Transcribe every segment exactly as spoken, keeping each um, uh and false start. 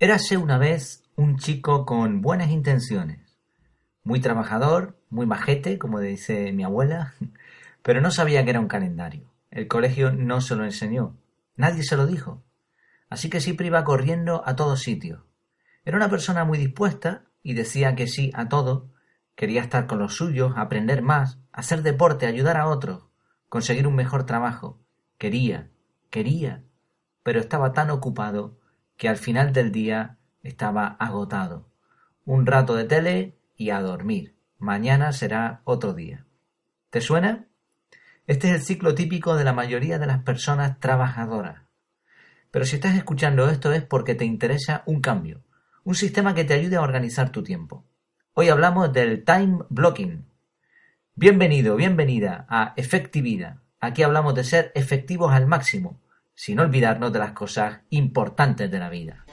Érase una vez un chico con buenas intenciones, muy trabajador, muy majete, como dice mi abuela, pero no sabía que era un calendario. El colegio no se lo enseñó, nadie se lo dijo, así que siempre iba corriendo a todos sitios. Era una persona muy dispuesta y decía que sí a todo, quería estar con los suyos, aprender más, hacer deporte, ayudar a otros, conseguir un mejor trabajo. Quería, quería, pero estaba tan ocupado que al final del día estaba agotado. Un rato de tele y a dormir. Mañana será otro día. ¿Te suena? Este es el ciclo típico de la mayoría de las personas trabajadoras. Pero si estás escuchando esto es porque te interesa un cambio, un sistema que te ayude a organizar tu tiempo. Hoy hablamos del time blocking. Bienvenido, bienvenida a Efectividad. Aquí hablamos de ser efectivos al máximo, sin olvidarnos de las cosas importantes de la vida.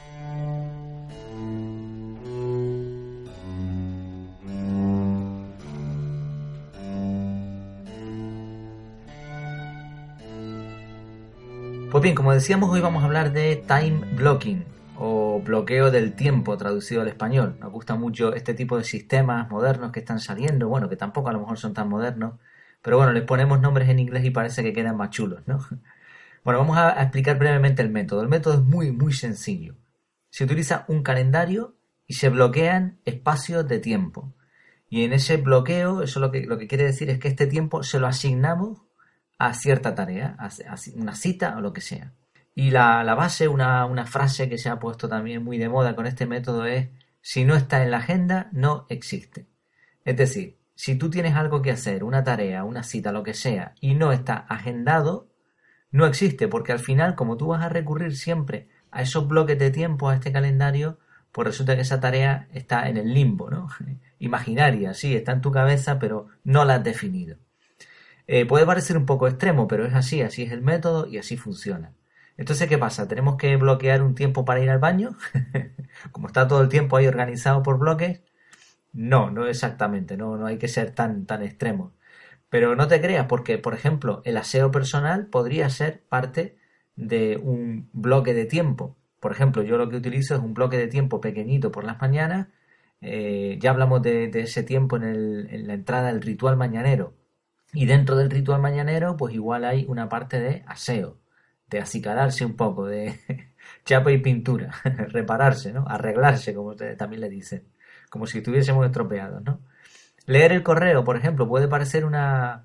Pues bien, como decíamos, hoy vamos a hablar de time blocking o bloqueo del tiempo traducido al español. Nos gusta mucho este tipo de sistemas modernos que están saliendo, bueno, que tampoco a lo mejor son tan modernos, pero bueno, les ponemos nombres en inglés y parece que quedan más chulos, ¿no? Bueno, vamos a explicar brevemente el método. El método es muy, muy sencillo. Se utiliza un calendario y se bloquean espacios de tiempo. Y en ese bloqueo, eso lo que, lo que quiere decir es que este tiempo se lo asignamos a cierta tarea, a, a una cita o lo que sea. Y la, la base, una, una frase que se ha puesto también muy de moda con este método es: si no está en la agenda, no existe. Es decir, si tú tienes algo que hacer, una tarea, una cita, lo que sea, y no está agendado, no existe, porque al final, como tú vas a recurrir siempre a esos bloques de tiempo, a este calendario, pues resulta que esa tarea está en el limbo, ¿no? Imaginaria, sí, está en tu cabeza, pero no la has definido. Eh, puede parecer un poco extremo, pero es así, así es el método y así funciona. Entonces, ¿qué pasa? ¿Tenemos que bloquear un tiempo para ir al baño? Como está todo el tiempo ahí organizado por bloques. No, no exactamente, no, no hay que ser tan, tan extremo. Pero no te creas, porque, por ejemplo, el aseo personal podría ser parte de un bloque de tiempo. Por ejemplo, yo lo que utilizo es un bloque de tiempo pequeñito por las mañanas. Eh, ya hablamos de, de ese tiempo en, el, en la entrada del ritual mañanero. Y dentro del ritual mañanero, pues igual hay una parte de aseo, de acicalarse un poco, de chapa y pintura, repararse, ¿no? Arreglarse, como ustedes también le dicen, como si estuviésemos estropeados, ¿no? Leer el correo, por ejemplo, puede parecer una,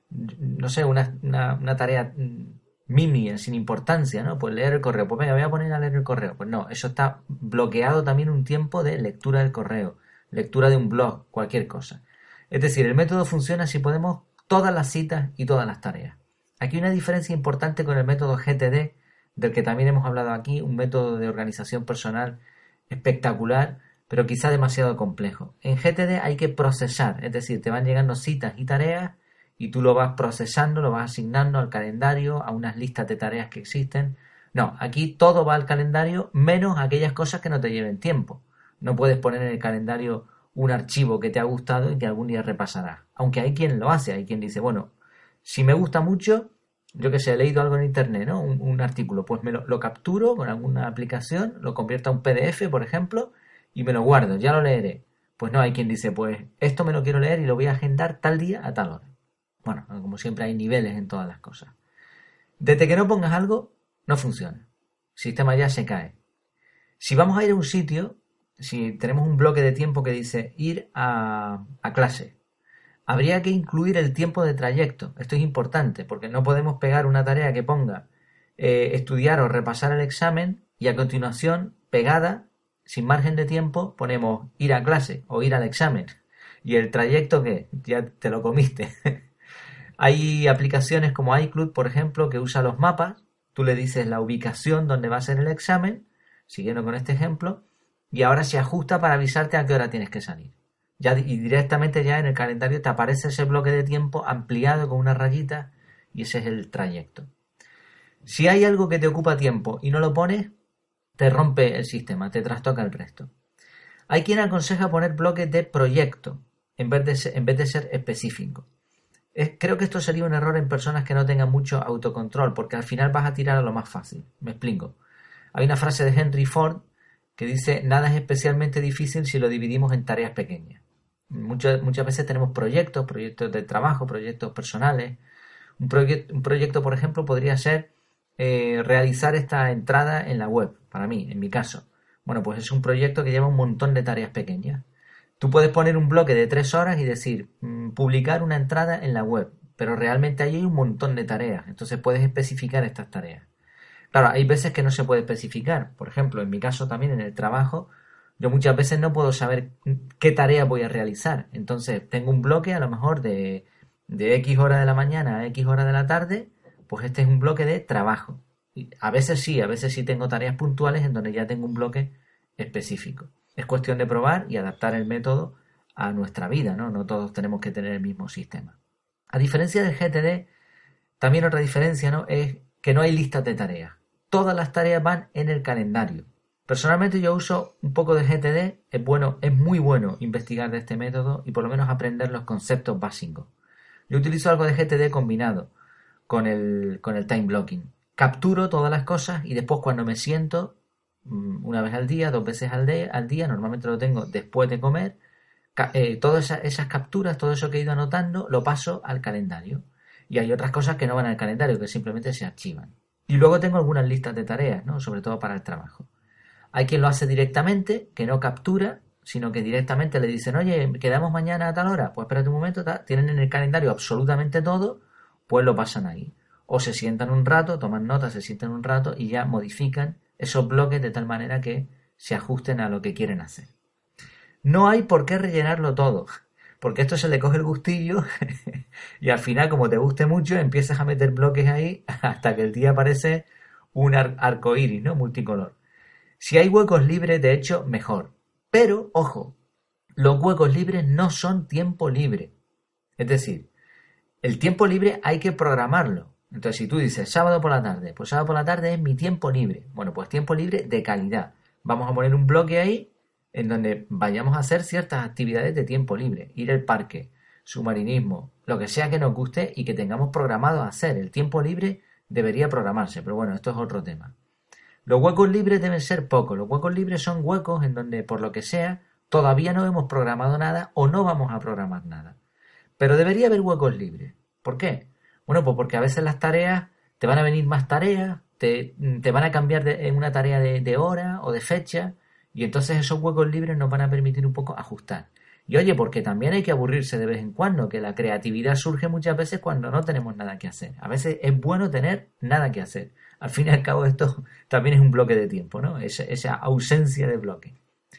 no sé, una, una, una tarea nimia, sin importancia, ¿no? Pues leer el correo, pues venga, voy a poner a leer el correo. Pues no, eso está bloqueado también un tiempo de lectura del correo, lectura de un blog, cualquier cosa. Es decir, el método funciona si podemos todas las citas y todas las tareas. Aquí hay una diferencia importante con el método G T D, del que también hemos hablado aquí, un método de organización personal espectacular, pero quizá demasiado complejo. En G T D hay que procesar, es decir, te van llegando citas y tareas y tú lo vas procesando, lo vas asignando al calendario, a unas listas de tareas que existen. No, aquí todo va al calendario menos aquellas cosas que no te lleven tiempo. No puedes poner en el calendario un archivo que te ha gustado y que algún día repasarás. Aunque hay quien lo hace, hay quien dice, bueno, si me gusta mucho, yo que sé, he leído algo en internet, ¿no? Un, un artículo, pues me lo, lo capturo con alguna aplicación, lo convierto a un P D F, por ejemplo, y me lo guardo, ya lo leeré. Pues no, hay quien dice, pues esto me lo quiero leer y lo voy a agendar tal día a tal hora. Bueno, como siempre hay niveles en todas las cosas. Desde que no pongas algo, no funciona. El sistema ya se cae. Si vamos a ir a un sitio, si tenemos un bloque de tiempo que dice ir a, a clase, habría que incluir el tiempo de trayecto. Esto es importante porque no podemos pegar una tarea que ponga eh, estudiar o repasar el examen y a continuación, pegada, sin margen de tiempo, ponemos ir a clase o ir al examen. ¿Y el trayecto qué? Ya te lo comiste. Hay aplicaciones como iCloud, por ejemplo, que usa los mapas. Tú le dices la ubicación donde va a ser el examen, siguiendo con este ejemplo, y ahora se ajusta para avisarte a qué hora tienes que salir. Ya, y directamente ya en el calendario te aparece ese bloque de tiempo ampliado con una rayita y ese es el trayecto. Si hay algo que te ocupa tiempo y no lo pones, te rompe el sistema, te trastoca el resto. Hay quien aconseja poner bloques de proyecto en vez de ser, en vez de ser específico. Es, creo que esto sería un error en personas que no tengan mucho autocontrol, porque al final vas a tirar a lo más fácil. Me explico. Hay una frase de Henry Ford que dice: nada es especialmente difícil si lo dividimos en tareas pequeñas. Muchas, muchas veces tenemos proyectos, proyectos de trabajo, proyectos personales. Un, proye- un proyecto, por ejemplo, podría ser eh, realizar esta entrada en la web, para mí, en mi caso. Bueno, pues es un proyecto que lleva un montón de tareas pequeñas. Tú puedes poner un bloque de tres horas y decir, mmm, publicar una entrada en la web, pero realmente ahí hay un montón de tareas, entonces puedes especificar estas tareas. Claro, hay veces que no se puede especificar. Por ejemplo, en mi caso también en el trabajo, yo muchas veces no puedo saber qué tarea voy a realizar. Entonces, tengo un bloque a lo mejor de, de X hora de la mañana a X hora de la tarde, pues este es un bloque de trabajo. Y a veces sí, a veces sí tengo tareas puntuales en donde ya tengo un bloque específico. Es cuestión de probar y adaptar el método a nuestra vida, ¿no? No todos tenemos que tener el mismo sistema. A diferencia del G T D, también otra diferencia, ¿no?, es que no hay listas de tareas. Todas las tareas van en el calendario. Personalmente yo uso un poco de G T D, es bueno, es muy bueno investigar de este método y por lo menos aprender los conceptos básicos. Yo utilizo algo de G T D combinado con el, con el time blocking. Capturo todas las cosas y después cuando me siento, una vez al día, dos veces al día, al día normalmente lo tengo después de comer, eh, todas esas, esas capturas, todo eso que he ido anotando, lo paso al calendario. Y hay otras cosas que no van al calendario, que simplemente se archivan. Y luego tengo algunas listas de tareas, ¿no?, sobre todo para el trabajo. Hay quien lo hace directamente, que no captura, sino que directamente le dicen, oye, quedamos mañana a tal hora, pues espérate un momento, ta, tienen en el calendario absolutamente todo, pues lo pasan ahí. O se sientan un rato, toman notas, se sientan un rato y ya modifican esos bloques de tal manera que se ajusten a lo que quieren hacer. No hay por qué rellenarlo todo, porque esto se le coge el gustillo y al final, como te guste mucho, empiezas a meter bloques ahí hasta que el día parece un ar- arco iris, ¿no?, multicolor. Si hay huecos libres, de hecho, mejor. Pero, ojo, los huecos libres no son tiempo libre. Es decir, el tiempo libre hay que programarlo. Entonces, si tú dices sábado por la tarde, pues sábado por la tarde es mi tiempo libre. Bueno, pues tiempo libre de calidad. Vamos a poner un bloque ahí en donde vayamos a hacer ciertas actividades de tiempo libre. Ir al parque, submarinismo, lo que sea que nos guste y que tengamos programado hacer. El tiempo libre debería programarse, pero bueno, esto es otro tema. Los huecos libres deben ser pocos. Los huecos libres son huecos en donde, por lo que sea, todavía no hemos programado nada o no vamos a programar nada. Pero debería haber huecos libres. ¿Por qué? Bueno, pues porque a veces las tareas, te van a venir más tareas, te, te van a cambiar de, en una tarea de, de hora o de fecha, y entonces esos huecos libres nos van a permitir un poco ajustar. Y oye, porque también hay que aburrirse de vez en cuando, que la creatividad surge muchas veces cuando no tenemos nada que hacer. A veces es bueno tener nada que hacer. Al fin y al cabo esto también es un bloque de tiempo, ¿no? Esa, esa ausencia de bloque.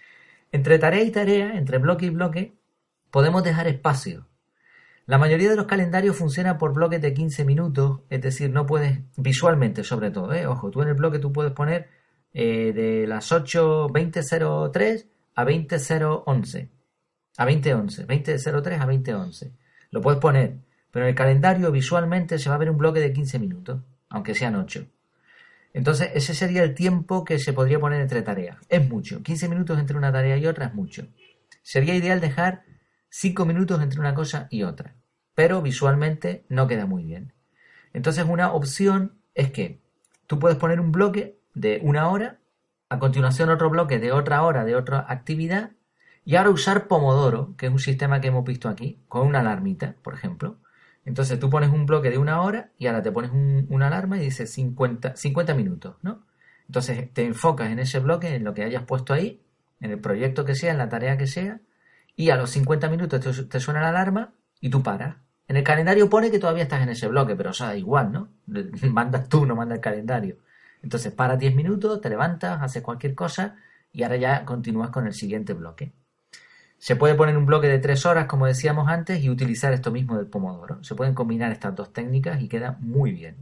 Entre tarea y tarea, entre bloque y bloque, podemos dejar espacio. La mayoría de los calendarios funcionan por bloques de quince minutos, es decir, no puedes, visualmente sobre todo, ¿eh? Ojo, tú en el bloque tú puedes poner eh, de las ocho veinte cero tres a veinte cero once, a veinte once, veinte cero tres a veinte once. Lo puedes poner, pero en el calendario visualmente se va a ver un bloque de quince minutos, aunque sean ocho. Entonces, ese sería el tiempo que se podría poner entre tareas. Es mucho. quince minutos entre una tarea y otra es mucho. Sería ideal dejar cinco minutos entre una cosa y otra. Pero visualmente no queda muy bien. Entonces, una opción es que tú puedes poner un bloque de una hora, a continuación otro bloque de otra hora de otra actividad, y ahora usar Pomodoro, que es un sistema que hemos visto aquí, con una alarmita, por ejemplo. Entonces tú pones un bloque de una hora y ahora te pones un, una alarma y dices cincuenta, cincuenta minutos, ¿no? Entonces te enfocas en ese bloque, en lo que hayas puesto ahí, en el proyecto que sea, en la tarea que sea, y a los cincuenta minutos te, te suena la alarma y tú paras. En el calendario pone que todavía estás en ese bloque, pero o sea, igual, ¿no? Mandas tú, no manda el calendario. Entonces paras diez minutos, te levantas, haces cualquier cosa y ahora ya continúas con el siguiente bloque. Se puede poner un bloque de tres horas, como decíamos antes, y utilizar esto mismo del Pomodoro. Se pueden combinar estas dos técnicas y queda muy bien.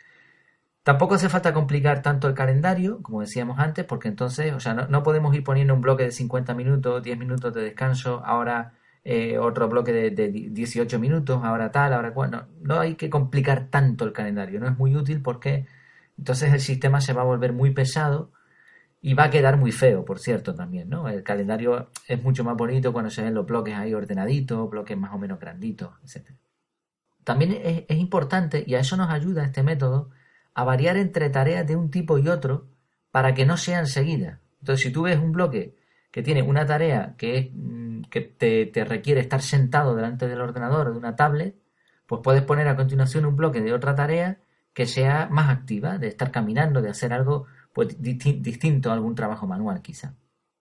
Tampoco hace falta complicar tanto el calendario, como decíamos antes, porque entonces, o sea, no, no podemos ir poniendo un bloque de cincuenta minutos, diez minutos de descanso, ahora eh, otro bloque de, de dieciocho minutos, ahora tal, ahora cual. No, no hay que complicar tanto el calendario, no es muy útil porque entonces el sistema se va a volver muy pesado. Y va a quedar muy feo, por cierto, también, ¿no? El calendario es mucho más bonito cuando se ven los bloques ahí ordenaditos, bloques más o menos granditos, etcétera. También es, es importante, y a eso nos ayuda este método, a variar entre tareas de un tipo y otro para que no sean seguidas. Entonces, si tú ves un bloque que tiene una tarea que, es, mm, que te, te requiere estar sentado delante del ordenador o de una tablet, pues puedes poner a continuación un bloque de otra tarea que sea más activa, de estar caminando, de hacer algo pues, disti- distinto a algún trabajo manual quizá.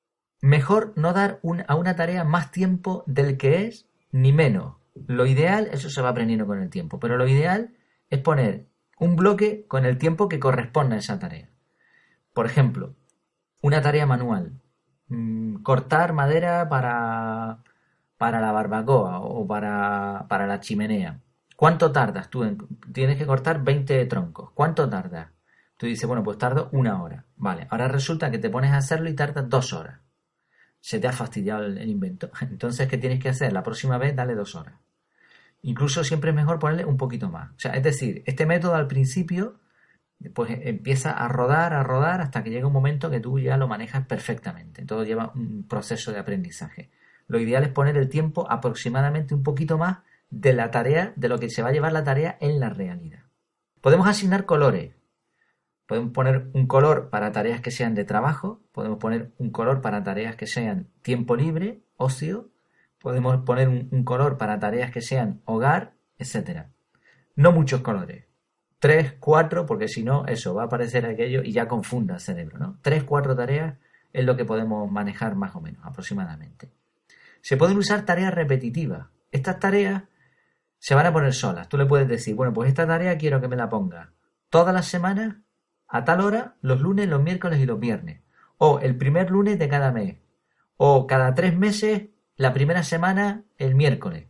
Mejor no dar un- a una tarea más tiempo del que es, ni menos. Lo ideal, eso se va aprendiendo con el tiempo, pero lo ideal es poner un bloque con el tiempo que corresponda a esa tarea. Por ejemplo, una tarea manual. Mm, cortar madera para, para la barbacoa o para, para la chimenea. ¿Cuánto tardas tú? En- tienes que cortar veinte troncos. ¿Cuánto tardas? Tú dices, bueno, pues tardo una hora. Vale, ahora resulta que te pones a hacerlo y tardas dos horas. Se te ha fastidiado el, el invento. Entonces, ¿qué tienes que hacer? La próxima vez dale dos horas. Incluso siempre es mejor ponerle un poquito más. O sea, es decir, este método al principio pues empieza a rodar, a rodar hasta que llega un momento que tú ya lo manejas perfectamente. Todo lleva un proceso de aprendizaje. Lo ideal es poner el tiempo aproximadamente un poquito más de la tarea, de lo que se va a llevar la tarea en la realidad. Podemos asignar colores. Podemos poner un color para tareas que sean de trabajo, podemos poner un color para tareas que sean tiempo libre, ocio, podemos poner un, un color para tareas que sean hogar, etcétera. No muchos colores. Tres, cuatro, porque si no, eso, va a aparecer aquello y ya confunda el cerebro, ¿no? Tres, cuatro tareas es lo que podemos manejar más o menos, aproximadamente. Se pueden usar tareas repetitivas. Estas tareas se van a poner solas. Tú le puedes decir, bueno, pues esta tarea quiero que me la ponga todas las semanas, a tal hora, los lunes, los miércoles y los viernes. O el primer lunes de cada mes. O cada tres meses, la primera semana, el miércoles.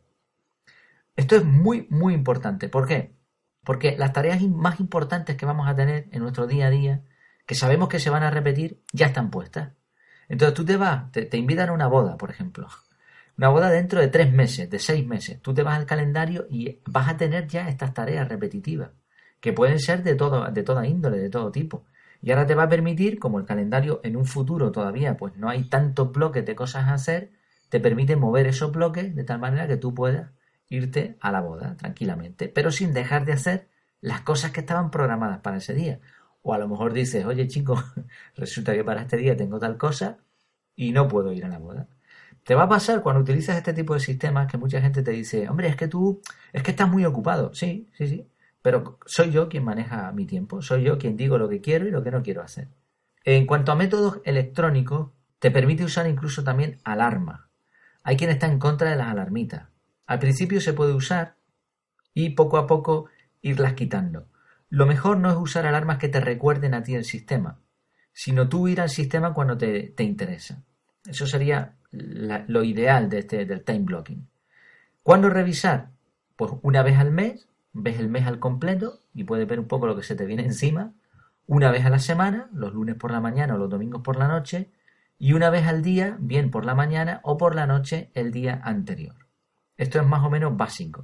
Esto es muy, muy importante. ¿Por qué? Porque las tareas más importantes que vamos a tener en nuestro día a día, que sabemos que se van a repetir, ya están puestas. Entonces tú te vas, te, te invitan a una boda, por ejemplo. Una boda dentro de tres meses, de seis meses. Tú te vas al calendario y vas a tener ya estas tareas repetitivas, que pueden ser de, todo, de toda índole, de todo tipo. Y ahora te va a permitir, como el calendario en un futuro todavía pues no hay tantos bloques de cosas a hacer, te permite mover esos bloques de tal manera que tú puedas irte a la boda tranquilamente, pero sin dejar de hacer las cosas que estaban programadas para ese día. O a lo mejor dices, oye chico, resulta que para este día tengo tal cosa y no puedo ir a la boda. Te va a pasar cuando utilizas este tipo de sistemas que mucha gente te dice, hombre, es que tú, es que estás muy ocupado. Sí, sí, sí, pero soy yo quien maneja mi tiempo, soy yo quien digo lo que quiero y lo que no quiero hacer. En cuanto a métodos electrónicos, te permite usar incluso también alarma. Hay quien está en contra de las alarmitas. Al principio se puede usar y poco a poco irlas quitando. Lo mejor no es usar alarmas que te recuerden a ti el sistema, sino tú ir al sistema cuando te, te interesa. Eso sería la, lo ideal de este, del time blocking. ¿Cuándo revisar? Pues una vez al mes, ves el mes al completo y puedes ver un poco lo que se te viene encima. Una vez a la semana, los lunes por la mañana o los domingos por la noche. Y una vez al día, bien por la mañana o por la noche el día anterior. Esto es más o menos básico.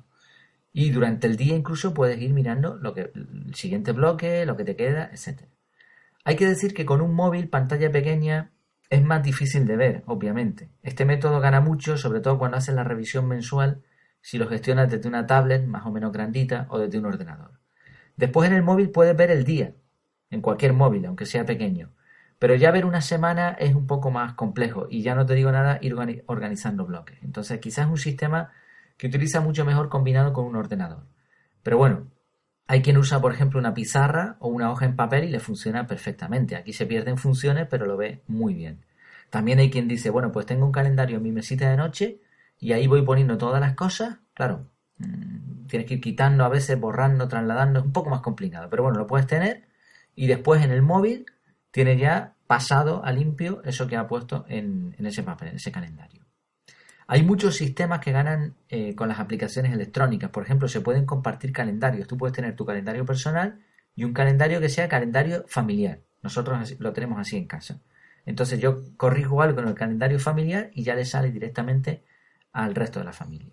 Y durante el día incluso puedes ir mirando lo que, el siguiente bloque, lo que te queda, etcétera. Hay que decir que con un móvil, pantalla pequeña, es más difícil de ver, obviamente. Este método gana mucho, sobre todo cuando haces la revisión mensual, si lo gestionas desde una tablet más o menos grandita o desde un ordenador. Después en el móvil puedes ver el día, en cualquier móvil, aunque sea pequeño. Pero ya ver una semana es un poco más complejo y ya no te digo nada ir organizando bloques. Entonces quizás es un sistema que utiliza mucho mejor combinado con un ordenador. Pero bueno, hay quien usa, por ejemplo, una pizarra o una hoja en papel y le funciona perfectamente. Aquí se pierden funciones, pero lo ve muy bien. También hay quien dice, bueno, pues tengo un calendario en mi mesita de noche y ahí voy poniendo todas las cosas. Claro, mmm, tienes que ir quitando a veces, borrando, trasladando, es un poco más complicado. Pero bueno, lo puedes tener y después en el móvil tienes ya pasado a limpio eso que ha puesto en, en ese papel, en ese calendario. Hay muchos sistemas que ganan eh, con las aplicaciones electrónicas. Por ejemplo, se pueden compartir calendarios. Tú puedes tener tu calendario personal y un calendario que sea calendario familiar. Nosotros lo tenemos así en casa. Entonces yo corrijo algo en el calendario familiar y ya le sale directamente al resto de la familia.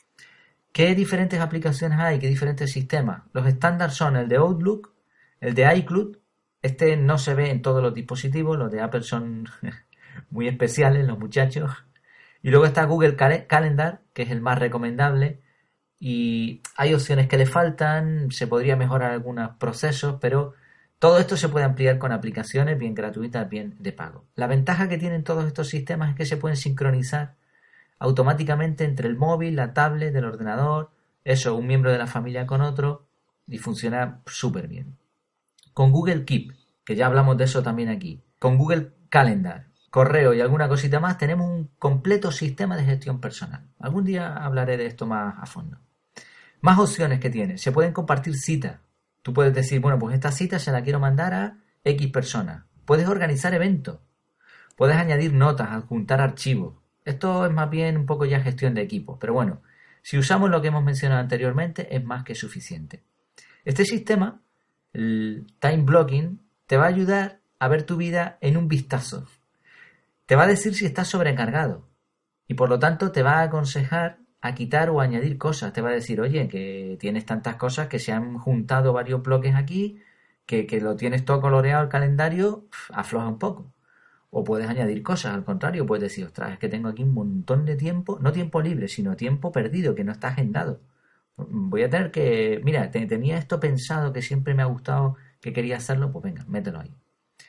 ¿Qué diferentes aplicaciones hay? ¿Qué diferentes sistemas? Los estándares son el de Outlook, el de iCloud. Este no se ve en todos los dispositivos. Los de Apple son muy especiales, los muchachos. Y luego está Google Calendar, que es el más recomendable. Y hay opciones que le faltan, se podría mejorar algunos procesos, pero Todo esto se puede ampliar con aplicaciones bien gratuitas, bien de pago. La ventaja que tienen todos estos sistemas es que se pueden sincronizar automáticamente entre el móvil, la tablet, el ordenador, eso, un miembro de la familia con otro, y funciona súper bien. Con Google Keep, que ya hablamos de eso también aquí, con Google Calendar, correo y alguna cosita más, tenemos un completo sistema de gestión personal. Algún día hablaré de esto más a fondo. Más opciones que tiene. Se pueden compartir citas. Tú puedes decir, bueno, pues esta cita se la quiero mandar a X personas. Puedes organizar eventos. Puedes añadir notas, adjuntar archivos. Esto es más bien un poco ya gestión de equipo. Pero bueno, si usamos lo que hemos mencionado anteriormente, es más que suficiente. Este sistema, el time blocking, te va a ayudar a ver tu vida en un vistazo. Te va a decir si estás sobrecargado. Y por lo tanto te va a aconsejar a quitar o añadir cosas. Te va a decir, oye, que tienes tantas cosas, que se han juntado varios bloques aquí, que, que lo tienes todo coloreado el calendario, pf, afloja un poco. O puedes añadir cosas, al contrario, puedes decir, ostras, es que tengo aquí un montón de tiempo, no tiempo libre, sino tiempo perdido, que no está agendado. Voy a tener que, mira, te, tenía esto pensado que siempre me ha gustado, que quería hacerlo, pues venga, mételo ahí.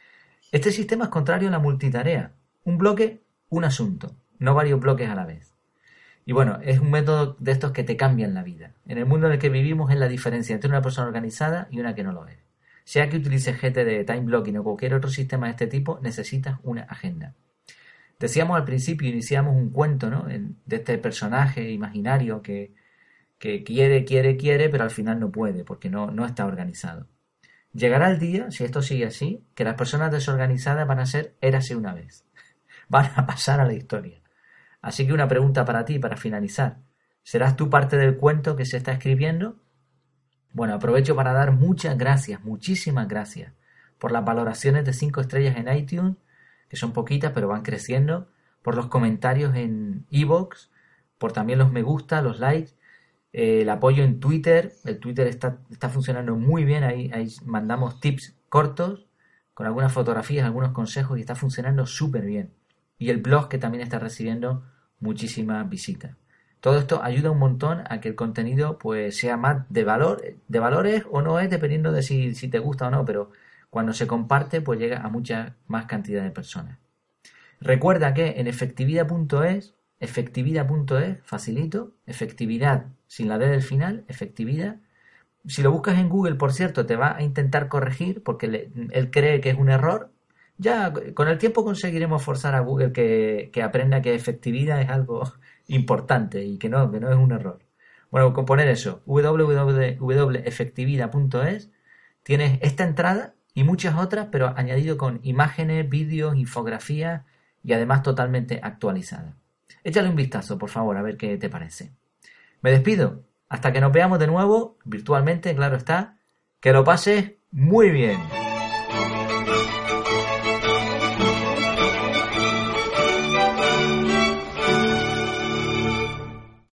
Este sistema es contrario a la multitarea. Un bloque, un asunto, no varios bloques a la vez. Y bueno, es un método de estos que te cambian la vida. En el mundo en el que vivimos es la diferencia entre una persona organizada y una que no lo es. Sea que utilices G T D, Time Blocking o cualquier otro sistema de este tipo, necesitas una agenda. Decíamos al principio, iniciamos un cuento, ¿no?, de este personaje imaginario que, que quiere, quiere, quiere, pero al final no puede porque no, no está organizado. Llegará el día, si esto sigue así, que las personas desorganizadas van a ser érase una vez. Van a pasar a la historia. Así que una pregunta para ti, para finalizar. ¿Serás tú parte del cuento que se está escribiendo? Bueno, aprovecho para dar muchas gracias, muchísimas gracias, por las valoraciones de cinco estrellas en iTunes, que son poquitas pero van creciendo, por los comentarios en iVoox, por también los me gusta, los likes, eh, el apoyo en Twitter. El Twitter está, está funcionando muy bien, ahí, ahí mandamos tips cortos, con algunas fotografías, algunos consejos, y está funcionando súper bien. Y el blog, que también está recibiendo muchísimas visitas. Todo esto ayuda un montón a que el contenido pues sea más de valor, de valores o no es, dependiendo de si, si te gusta o no, pero cuando se comparte pues llega a mucha más cantidad de personas. Recuerda que en efectividad punto es, efectividad punto es, facilito, efectividad sin la D del final, efectividad. Si lo buscas en Google, por cierto, te va a intentar corregir porque le, él cree que es un error. Ya con el tiempo conseguiremos forzar a Google que, que aprenda que efectividad es algo importante y que no, que no es un error. Bueno, con poner eso, w w w punto efectividad punto es, tienes esta entrada y muchas otras, pero añadido con imágenes, vídeos, infografías y además totalmente actualizada. Échale un vistazo, por favor, a ver qué te parece. Me despido. Hasta que nos veamos de nuevo, virtualmente, claro está. Que lo pases muy bien.